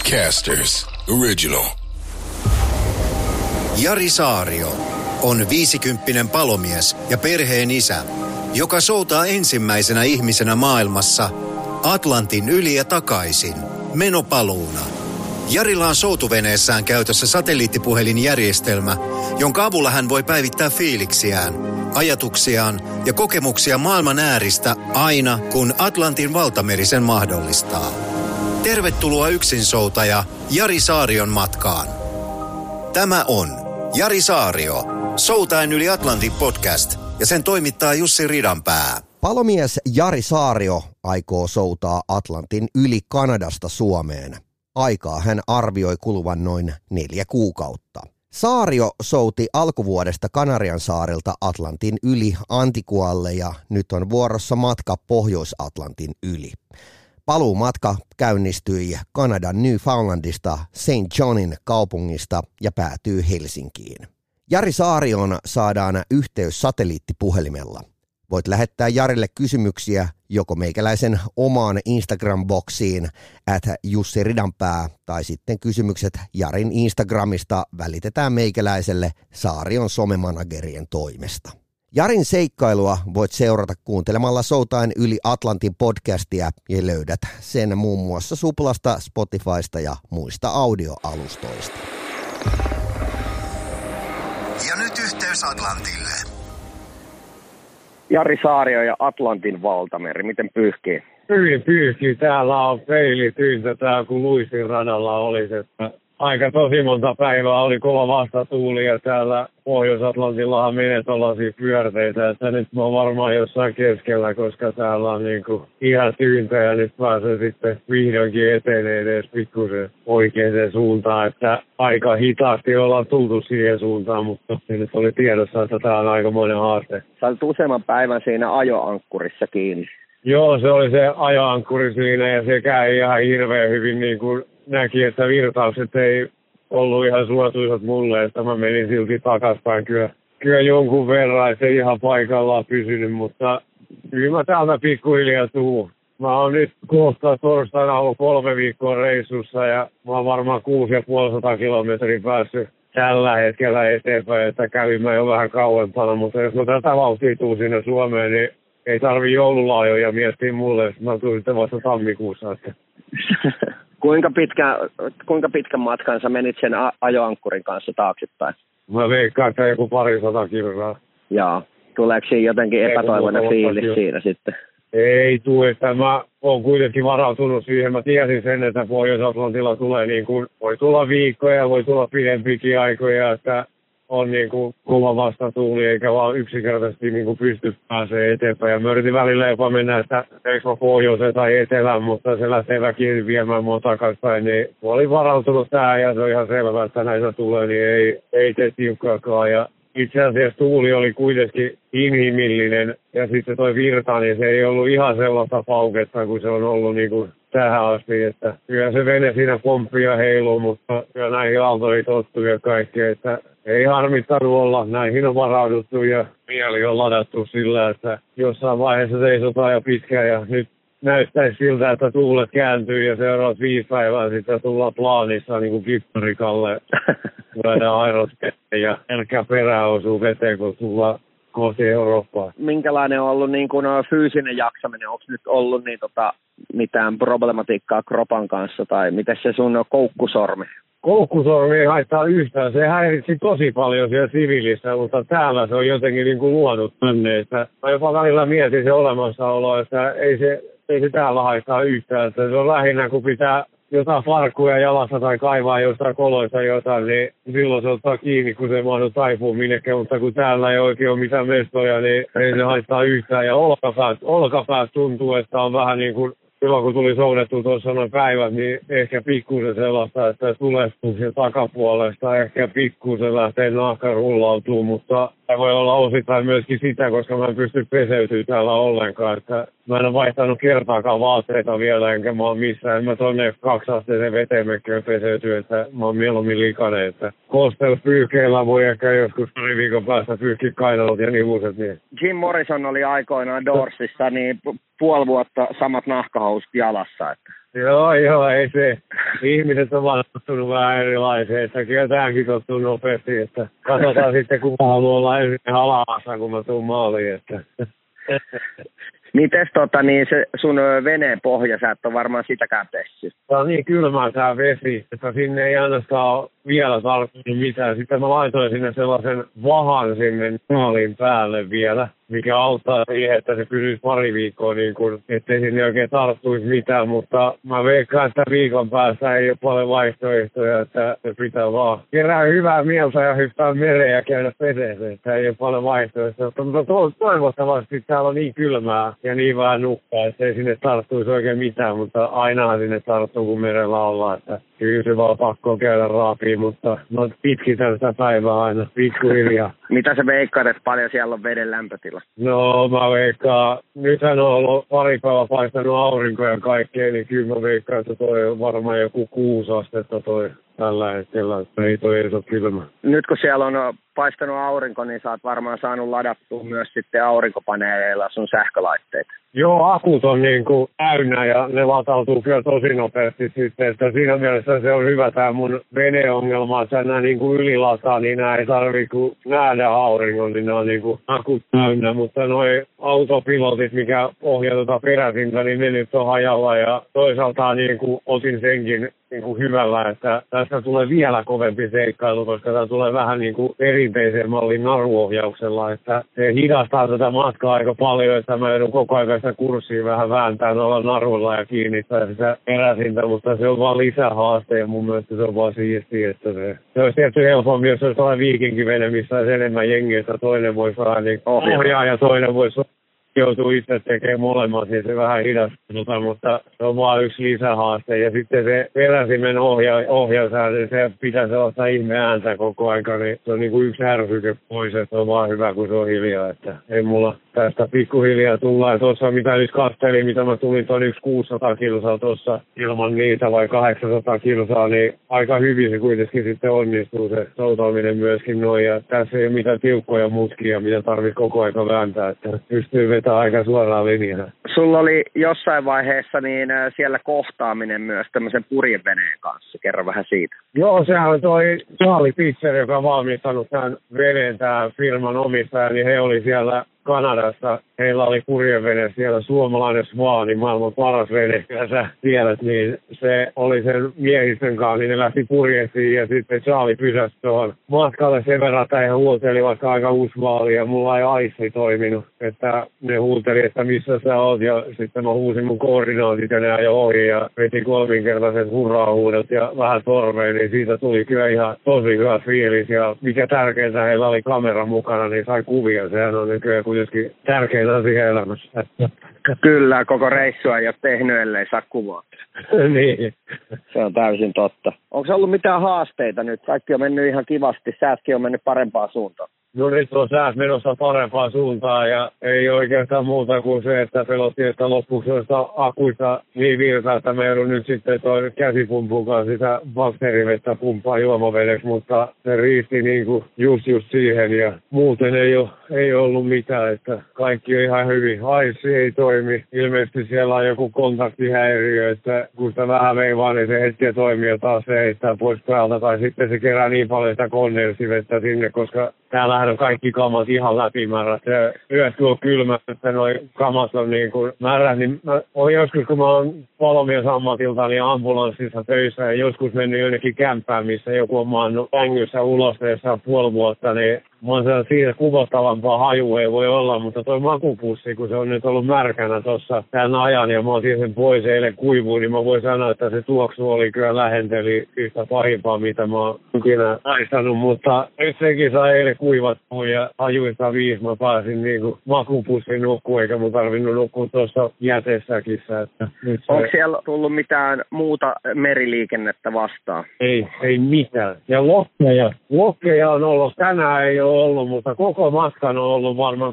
Podcasters Original. Jari Saario on 50-vuotias palomies ja perheen isä, joka soutaa ensimmäisenä ihmisenä maailmassa Atlantin yli ja takaisin menopaluuna. Jarilla on soutuveneessään käytössä satelliittipuhelinjärjestelmä, jonka avulla hän voi päivittää fiiliksiään, ajatuksiaan ja kokemuksia maailman ääristä aina, kun Atlantin valtameri sen mahdollistaa. Tervetuloa yksinsoutaja Jari Saarion matkaan. Tämä on Jari Saario, Soutaen yli Atlantin podcast, ja sen toimittaa Jussi Ridanpää. Palomies Jari Saario aikoo soutaa Atlantin yli Kanadasta Suomeen. Aikaa hän arvioi kuluvan noin 4 kuukautta. Saario souti alkuvuodesta Kanarian saarilta Atlantin yli Antigualle ja nyt on vuorossa matka Pohjois-Atlantin yli. Paluumatka käynnistyi Kanadan Newfoundlandista St. Johnin kaupungista ja päätyy Helsinkiin. Jari Saarioon saadaan yhteys satelliittipuhelimella. Voit lähettää Jarille kysymyksiä joko meikäläisen omaan Instagram-boksiin @Jussi Ridanpää tai sitten kysymykset Jarin Instagramista välitetään meikäläiselle Saarion somemanagerien toimesta. Jarin seikkailua voit seurata kuuntelemalla Soutaen yli Atlantin podcastia ja löydät sen muun muassa Suplasta, Spotifysta ja muista audioalustoista. Ja nyt yhteys Atlantille. Jari Saario ja Atlantin valtameri, miten pyyhkii? Hyvin pyyhkii. Täällä on peilityyntä tää, kun Luisin radalla olisi. Aika tosi monta päivää oli kova vastatuuli ja täällä Pohjois-Atlantillahan menee tuollaisia pyörteitä, että nyt mä oon varmaan jossain keskellä, koska täällä on niinku ihan tyyntä ja nyt pääsee sitten vihdoinkin etenee edes pikkusen oikeaan suuntaan, että aika hitaasti ollaan tultu siihen suuntaan, mutta se nyt oli tiedossa, että tää on aikamoinen haaste. Sä olet useamman päivän siinä ajoankkurissa kiinni. Joo, se oli se ajoankkuri siinä ja se käy ihan hirveän hyvin niin kuin näki, että virtaukset ei ollut ihan suotuisat mulle, että mä menin silti takaspäin kyllä jonkun verran, että ei ihan paikallaan pysynyt, mutta kyllä mä täältä pikkuhiljaa tuun. Mä oon nyt kohta torstaina ollut 3 viikkoa reissussa ja mä oon varmaan 650 kilometriä päässyt tällä hetkellä eteenpäin, että kävin mä jo vähän kauempana, mutta jos mä tätä vauhtia tuun sinne Suomeen, niin ei tarvi joululaajoja miettiä mulle, että mä tuun sitten vasta tammikuussa. Että. Kuinka pitkän matkan sä menit sen ajoankkurin kanssa taaksepäin? Mä veikkaan, että joku 200 kilsaa. Joo. Tuleeko siinä jotenkin epätoivoinen fiilis siinä sitten? Ei tule, että mä oon kuitenkin varautunut siihen. Mä tiesin sen, että Pohjois-Atlantilla tulee niin kuin, voi tulla viikkoja, voi tulla pidempikin aikoja, että on niin kuin kova vastatuuli, eikä vaan yksinkertaisesti niin kuin pysty pääsemään eteenpäin. Ja mä yritin välillä jopa mennä, että eikö mä pohjoiseen tai etelään, mutta se lähtee väkiin viemään mua takaisin. Niin mä olin varautunut tähän ja se on ihan selvä, että näitä tulee, niin ei tee tiukkaakaan. Ja itse asiassa tuuli oli kuitenkin inhimillinen ja sitten toi virta, niin se ei ollut ihan sellaista pauketta kuin se on ollut niin kuin tähän asti, että kyllä se vene siinä pomppii ja heiluu, mutta kyllä näihin aaltoihin tottuu ja kaikki, että ei harmittanut olla. Näihin on varauduttu ja mieli on ladattu sillä, että jossain vaiheessa seisotaan jo pitkään ja nyt näyttäisi siltä, että tuulet kääntyy ja seuraavat 5 päivää sitten tullaan plaanissa niin kuin kipparikalle. Lyödään airot ja älkää perään osuu veteen, kun tullaan kohti Eurooppaa. Minkälainen on ollut niin kuin fyysinen jaksaminen? Onko nyt ollut niin, mitään problematiikkaa kropan kanssa tai miten se sun koukkusormi? Koukkusormi ei haittaa yhtään. Se häiritsi tosi paljon siellä siviilissä, mutta täällä se on jotenkin niin kuin luonut tänne. Että mä jopa välillä mietin se olemassaolo, että ei se täällä haittaa yhtään. Että se on lähinnä, kun pitää jotain farkkuja jalassa tai kaivaa jostain koloista jotain, niin silloin se ottaa kiinni, kun se ei mahdu taipua minnekään. Mutta kun täällä ei oikein ole mitään mestoja, niin ei se haittaa yhtään. Ja olkapäät tuntuu, että on vähän niin kuin silloin kun tuli soudettu tuossa noin päivät, niin ehkä pikkusen sellaista, että tulehtuu sen takapuolesta, ehkä pikkusen lähtee nahka rullautuu, mutta se voi olla osittain myöskin sitä, koska mä en pysty peseytymään täällä ollenkaan. Että mä en ole vaihtanut kertaakaan vaatteita vielä, enkä mä oon missään. En mä tonne 2-asteisen vetemekköön peseytyy, että mä oon mieluummin likainen. Että kosteuspyyhkeillä voi ehkä joskus 2 viikon päästä pyyhkiä kainalot ja nivuset. Niin. Jim Morrison oli aikoinaan Doorsissa, niin 5 vuotta samat nahkahousut jalassa. Että Joo, ei se. Ihmiset on vaan tottunut vähän erilaisia, että kyllä tämäkin tottuu nopeasti, että katsotaan sitten kuka haluaa olla ensin halassa, kun mä tuun maaliin, että... Mites niin se sun veneen pohja, sä et ole varmaan sitäkään pessyt? Tää on niin kylmää tää vesi, että sinne ei ainoastaan vielä tarttunut mitään. Sitten mä laitoin sinne sellaisen vahan sinne maalin päälle vielä, mikä auttaa siihen, että se pysyisi pari viikkoa niin kuin, ettei sinne oikein tarttuisi mitään. Mutta mä veikkaan, että viikon päästä ei ole paljon vaihtoehtoja, että se pitää vaan kerää hyvää mieltä ja hyppää mereen ja käydä peseeseen, että ei ole paljon vaihtoehtoja. Mutta toivottavasti täällä on niin kylmää ja niin vähän nukkaa, että ei sinne tarttuisi oikein mitään, mutta ainahan sinne tarttuu, kun merellä ollaan, että kyllä se vaan pakko käydä raapiin, mutta mä pitkitän sitä päivää aina pikkuhiljaa. Mitä sä veikkaat, että paljon siellä on veden lämpötila? No mä veikkaan, nythän on ollut pari päivää paistanut aurinko ja kaikkea, niin kyllä mä veikkaan, että toi on varmaan joku 6 astetta toi tällä hetkellä, että ei toi edes ole kylmä. Nyt kun siellä on paistanut aurinko, niin sä oot varmaan saanut ladattua myös sitten aurinkopaneeleilla sun sähkölaitteet. Joo, akut on niin kuin täynnä ja ne latautuu kyllä tosi nopeasti sitten, että siinä mielessä se on hyvä tämä mun veneongelma, että nää niin kuin ylilataa, niin nää ei tarvitse kun nähdä auringon, niin ne on niin kuin akut täynnä, mutta noi autopilotit, mikä ohjaa peräsintä, niin ne nyt on hajalla ja toisaalta niin kuin otin senkin niin kuin hyvällä, että tästä tulee vielä kovempi seikkailu, koska tämä tulee vähän niin kuin perinteisen mallin naruohjauksella, että se hidastaa tätä matkaa aika paljon, että mä joudun koko ajan sitä kurssia vähän vääntää noilla naruilla ja kiinnittää sitä peräsintä, mutta se on vaan lisähaaste ja mun mielestä se on vaan siistiä, että se olisi tietysti helpompi, jos olisi sellainen viikinkivene, missä olisi enemmän jengiä, että toinen voisi vähän niin ohjaa ja toinen voisi joutuu itse tekemään molemmat, niin se vähän hidastaa, mutta se on vaan yksi lisähaaste. Ja sitten se peräsimen ohjausääntö, niin se pitää sellaista ihme ääntä koko aika, niin se on niin kuin yksi härsyke pois, että se on vaan hyvä, kun se on hiljaa. Että ei mulla tästä pikkuhiljaa tulla. Ja tuossa mitä nyt kastelin, mitä mä tulin tuon 600 kilsaa tuossa ilman niitä vai 800 kilsaa, niin aika hyvin se kuitenkin sitten onnistuu se soutaaminen myöskin noin. Ja tässä ei ole mitään tiukkoja mutkia, mitä tarvitsee koko aika vääntää, että pystyy vetämään aika suoraan linjaa. Sulla oli jossain vaiheessa niin siellä kohtaaminen myös tämmöisen purjeveneen kanssa. Kerro vähän siitä. Joo, sehän on toi Charlie Pitcher, joka on valmistanut tämän veneen, tämä firman omistaja, niin he oli siellä Kanadassa. Heillä oli purjevene siellä, suomalainen Svaani, maailman paras vene, ja sä tiedät, niin se oli sen miehistön kanssa, niin ne lähti purjehtiin ja sitten Charlie pysäsi tuohon matkalle sen verran, että he huuteli vaikka aika usvaali ja mulla ei aissi toiminut, että ne huuteli, että missä sä oot ja sitten mä huusin mun koordinaatit ja ne ajoi ohi ja veti 3-kertaiset hurraa-huudot ja vähän torveen, niin siitä tuli kyllä ihan tosi hyvä fiilis ja mikä tärkeintä, heillä oli kamera mukana, niin sai kuvia, sehän on nykyään kuitenkin tärkeitä asia elämässä. Kyllä, koko reissua ei ole tehnyt, ellei saa kuvaa. Niin. Se on täysin totta. Onko se ollut mitään haasteita nyt? Kaikki on mennyt ihan kivasti, säätkin on mennyt parempaan suuntaan. No nyt on säät menossa parempaan suuntaan ja ei oikeastaan muuta kuin se, että pelottiin, että loppuksi olisi akuista niin virtaa, että me joudun nyt sitten toi käsipumpun kanssa sitä bakteerivettä pumppaa juomavedeksi, mutta se riitti niin kuin just siihen ja muuten ei ollut mitään, että kaikki on ihan hyvin. Aissi ei toimi. Ilmeisesti siellä on joku kontaktihäiriö, että kun sitä vähän veivaa, niin se hetki toimii ja taas se heittää pois päältä tai sitten se kerää niin paljon sitä kondenssivettä sinne, koska täällähän on kaikki kamat ihan läpimärät. Yöt kun on kylmä, että noi kamat on niin kuin märät, niin mä oon joskus, kun mä oon palomiesammatilta, niin ambulanssissa töissä ja joskus mennyt jonnekin kämppään, missä joku on maannut sängyssä ulosteessa puoli vuotta, niin mä oon siitä kuvottavampaa hajua ei voi olla, mutta toi makupussi, kun se on nyt ollut märkänä tuossa tämän ajan ja mä otin sen pois eilen kuivuun, niin mä voin sanoa, että se tuoksu oli kyllä lähenteli yhtä pahimpaa, mitä mä oon ikinä aistanut, mutta nyt sekin sai eilen kuivattua ja hajuista 5 mä pääsin niinku makupussin nukkuun, eikä mun tarvinnut nukkua tuossa jätessäkissä. Onko siellä tullut mitään muuta meriliikennettä vastaan? Ei mitään. Ja lokkeja on ollut. Tänään ei ole ole ollut, mutta koko matkan on ollut varmaan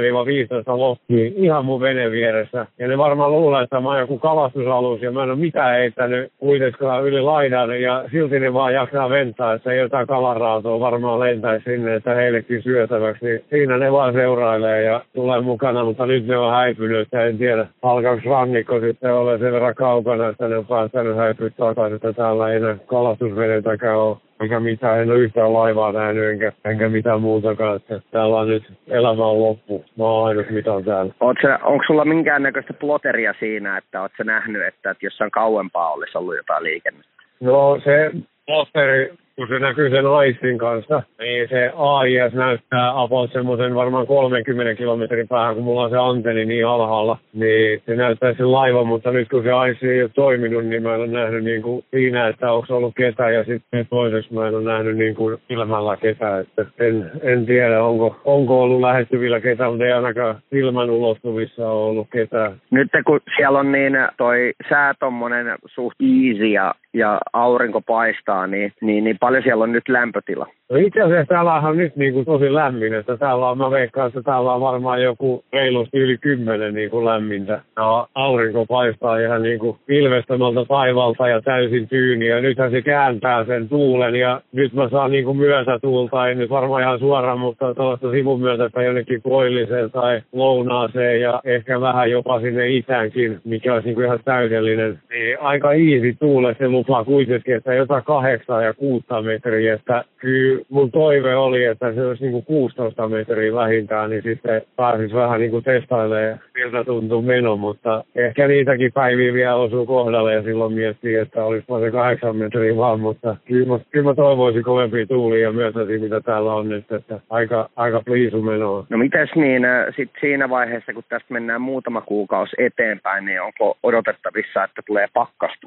10-15 lokkia ihan mun veneen vieressä. Ja ne varmaan luulee, että mä oon joku kalastusalus ja mä en ole mitään heittänyt kuitenkaan yli laidan ja silti ne vaan jaksaa ventaa, että jotain kalaraatoa varmaan lentäisi sinne, että heillekin syötäväksi. Niin siinä ne vaan seurailee ja tulee mukana, mutta nyt ne on häipynyt, että en tiedä, alkaako rannikko sitten olla sen verran kaukana, että ne on päästänyt häipyä takaisin, että täällä ei enää kalastusveneitäkään ole. Eikä mitään, en ole yhtään laivaa nähnyt, enkä mitään muutakaan, että täällä on nyt elämä on loppu. Mä oon ainut mitä on täällä. Onko sulla minkäännäköistä ploteria siinä, että oot sä nähnyt, että jossain kauempaa olisi ollut jotain liikennettä? No se ploteri, kun se näkyy sen aistin kanssa, niin se AIS näyttää about semmoisen varmaan 30 kilometrin päähän, kun mulla on se antenni niin alhaalla, niin se näyttää sen laivan, mutta nyt kun se aisti ei ole toiminut, niin mä en ole nähnyt niin kuin siinä, että onko ollut ketään, ja sitten toiseksi mä en ole nähnyt niin kuin ilmalla ketään, että en tiedä, onko ollut lähettyvillä ketään, mutta ei ainakaan ilman ulottuvissa ole ollut ketään. Nyt kun siellä on niin toi sää tommonen suht easy ja aurinko paistaa, niin paljon siellä on nyt lämpötila? No itse asiassa täällä on nyt niin kuin tosi lämmin, että täällä on, mä veikkaan, että täällä on varmaan joku reilusti yli 10 niin kuin lämmintä. Ja aurinko paistaa ihan niin kuin pilvestämältä taivalta ja täysin tyyni ja nythän se kääntää sen tuulen ja nyt mä saan niin kuin myötätuulta, ei nyt varmaan ihan suoraan, mutta tuosta sivun myötä jonnekin koilliseen tai lounaaseen ja ehkä vähän jopa sinne itäänkin, mikä olisi niin kuin ihan täydellinen. Niin aika easy tuule se lupaa kuitenkin, että jotain 8 ja 6 metriä, että kyllä mun toive oli, että se olisi niin kuin 16 metriä vähintään, niin sitten pääsisi vähän niin kuin testailemaan, miltä tuntuu meno, mutta ehkä niitäkin päiviä vielä osuu kohdalle ja silloin miettii, että olisipa se 8 metriä vaan, mutta kyllä mä toivoisin kovempia tuulia ja myötäisiä, mitä täällä on nyt, että aika pliisu menoa. No mites niin, sit siinä vaiheessa, kun tästä mennään muutama kuukausi eteenpäin, niin onko odotettavissa, että tulee pakkasta?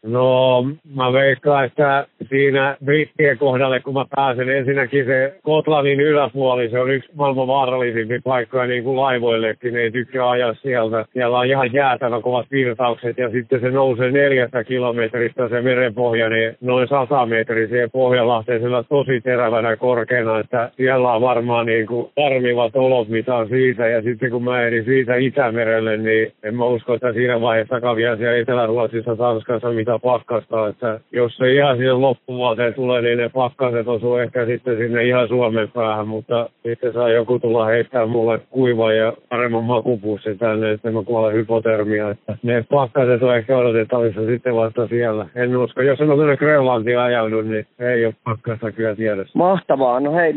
No, mä veikkaan, että siinä brittien kohdalle, kun mä pääsen, ensinnäkin se Gotlandin yläpuoli, se on yksi maailman vaarallisimpia paikkoja niin kuin laivoillekin, ne ei tykkää ajaa sieltä. Siellä on ihan jäätävä kovat virtaukset ja sitten se nousee 4 kilometristä se merenpohja, niin noin 100 metriä siihen Pohjanlahteen sillä tosi terävänä korkeana, että siellä on varmaan niin kuin karmivat olot, mitä on siitä. Ja sitten kun mä ehdin siitä Itämerelle, niin en mä usko, että siinä vaiheessa vielä siellä Etelä-Ruotsissa, Tanskassa, mitä pakkasta, että jos se ihan siihen loppuvuoteen tulee, niin ne pakkaset osuu ehkä sitten sinne ihan Suomen päähän, mutta sitten saa joku tulla heittää mulle kuivan ja paremman makupussin tänne, että mä kuolen hypotermia, että ne pakkaset on ehkä odotettavissa sitten vasta siellä. En usko, jos en ole tuonne Grönlantiin ajaudun, niin ei ole pakkasta kyllä tiedossa. Mahtavaa, no hei,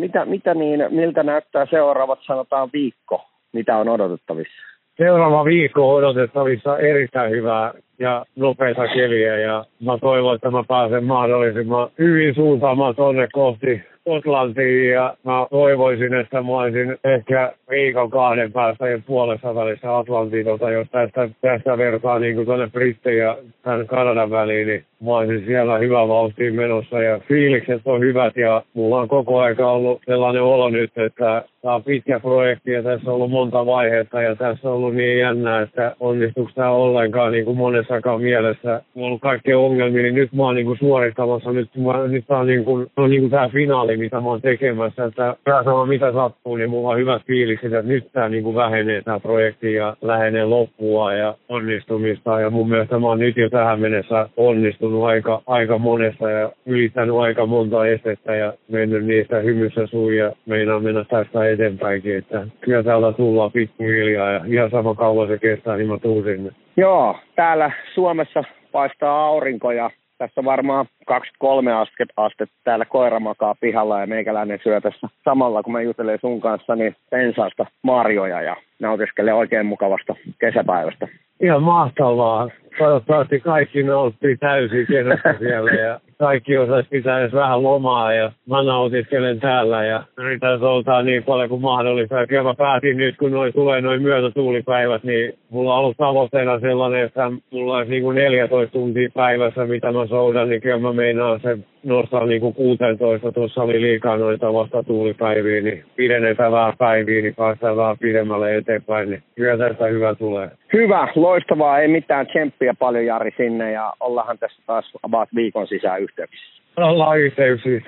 miltä näyttää seuraavat sanotaan viikko, mitä on odotettavissa? Seuraava viikko on odotettavissa erittäin hyvää ja nopeita keliä ja mä toivon, että mä pääsen mahdollisimman hyvin suuntaamaan tuonne kohti Gotlantiin ja mä toivoisin, että mä olisin ehkä viikon 2 päästä ja puolessa välissä Atlantilta, jos tästä vertaa niin kuin tuonne Brittiin ja tämän Kanadan väliin, niin mä olisin siellä hyvä vauhtiin menossa ja fiilikset on hyvät ja mulla on koko aika ollut sellainen olo nyt, että tämä on pitkä projekti ja tässä on ollut monta vaihetta ja tässä on ollut niin jännää, että onnistuuko tämä ollenkaan niin kuin monessakaan mielessä. Mulla on ollut kaikkea ongelmia, niin nyt mä oon niin kuin suorittamassa, nyt tämä on niin kuin tämä finaali, mitä mä oon tekemässä, että sama mitä sattuu, niin mulla on hyvät fiilikset, että nyt tämä niin kuin vähenee tämä projekti ja lähenee loppua ja onnistumista ja mun mielestä mä oon nyt jo tähän mennessä onnistunut aika monesta ja ylittänyt aika monta estettä ja mennyt niistä hymyssä suun ja meinaan mennä tästä eteenpäinkin, että kyllä täältä tullaan pikkuhiljaa ja ihan sama kauan se kestää, niin mä tuun sinne. Joo, täällä Suomessa paistaa aurinko ja tässä on varmaan 23 astetta täällä koira makaa pihalla ja meikäläinen syö tässä samalla, kun mä jutelen sun kanssa, niin pensaasta marjoja ja nautiskelee oikein mukavasta kesäpäivästä. Ihan mahtavaa. Toivottavasti kaikki nauttii täysin kesästä siellä ja kaikki osaisi pitää edes vähän lomaa ja mä nautiskelen täällä ja yritän soutaa niin paljon kuin mahdollista. Ja kyllä mä päätin nyt, kun tulee noin myötätuulipäivät, niin mulla on ollut tavoitteena sellainen, että mulla olisi niin kuin 14 tuntia päivässä, mitä mä soudan, niin kyllä mä meinaan se nostaa niin kuin 16. Tuossa oli liikaa noita vastatuulipäiviä, niin pidennetään vähän päiviä, niin päästään vähän pidemmälle eteenpäin, niin kyllä tästä hyvä tulee. Hyvä, loistavaa, ei mitään tsemppiä paljon Jari sinne ja ollaan tässä taas about viikon sisään yhteyksissä. Ollaan yhteyksissä.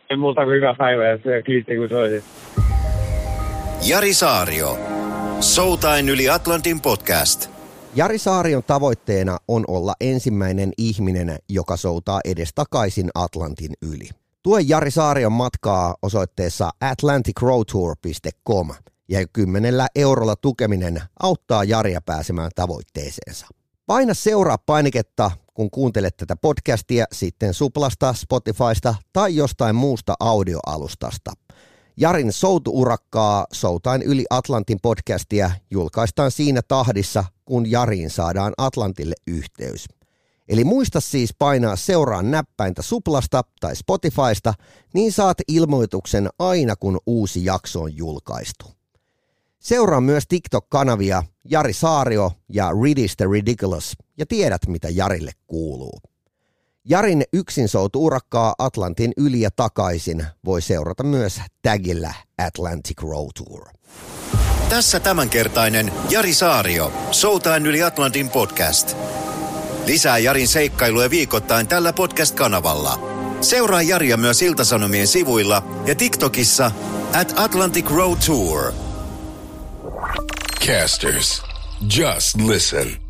Ei muuta kuin hyvä päivä ja kiitti kun soitit. Jari Saario. Soutain yli Atlantin podcast. Jari Saarion tavoitteena on olla ensimmäinen ihminen, joka soutaa edestakaisin Atlantin yli. Tue Jari Saarion matkaa osoitteessa atlanticroadtour.com ja 10 eurolla tukeminen auttaa Jaria pääsemään tavoitteeseensa. Paina seuraa painiketta, kun kuuntelet tätä podcastia sitten Suplasta, Spotifysta tai jostain muusta audioalustasta. Jarin soutuurakkaa Soutain yli Atlantin podcastia julkaistaan siinä tahdissa, kun Jariin saadaan Atlantille yhteys. Eli muista siis painaa seuraa näppäintä Suplasta tai Spotifysta, niin saat ilmoituksen aina kun uusi jakso on julkaistu. Seuraa myös TikTok-kanavia Jari Saario ja Ridis the Ridiculous ja tiedät mitä Jarille kuuluu. Jarin yksinsoutu-urakkaa Atlantin yli ja takaisin voi seurata myös tagillä Atlantic Road Tour. Tässä tämänkertainen Jari Saario, Soutain yli Atlantin podcast. Lisää Jarin seikkailuja viikoittain tällä podcast-kanavalla. Seuraa Jaria myös Ilta-Sanomien sivuilla ja TikTokissa @Atlantic Road Tour. Casters, just listen.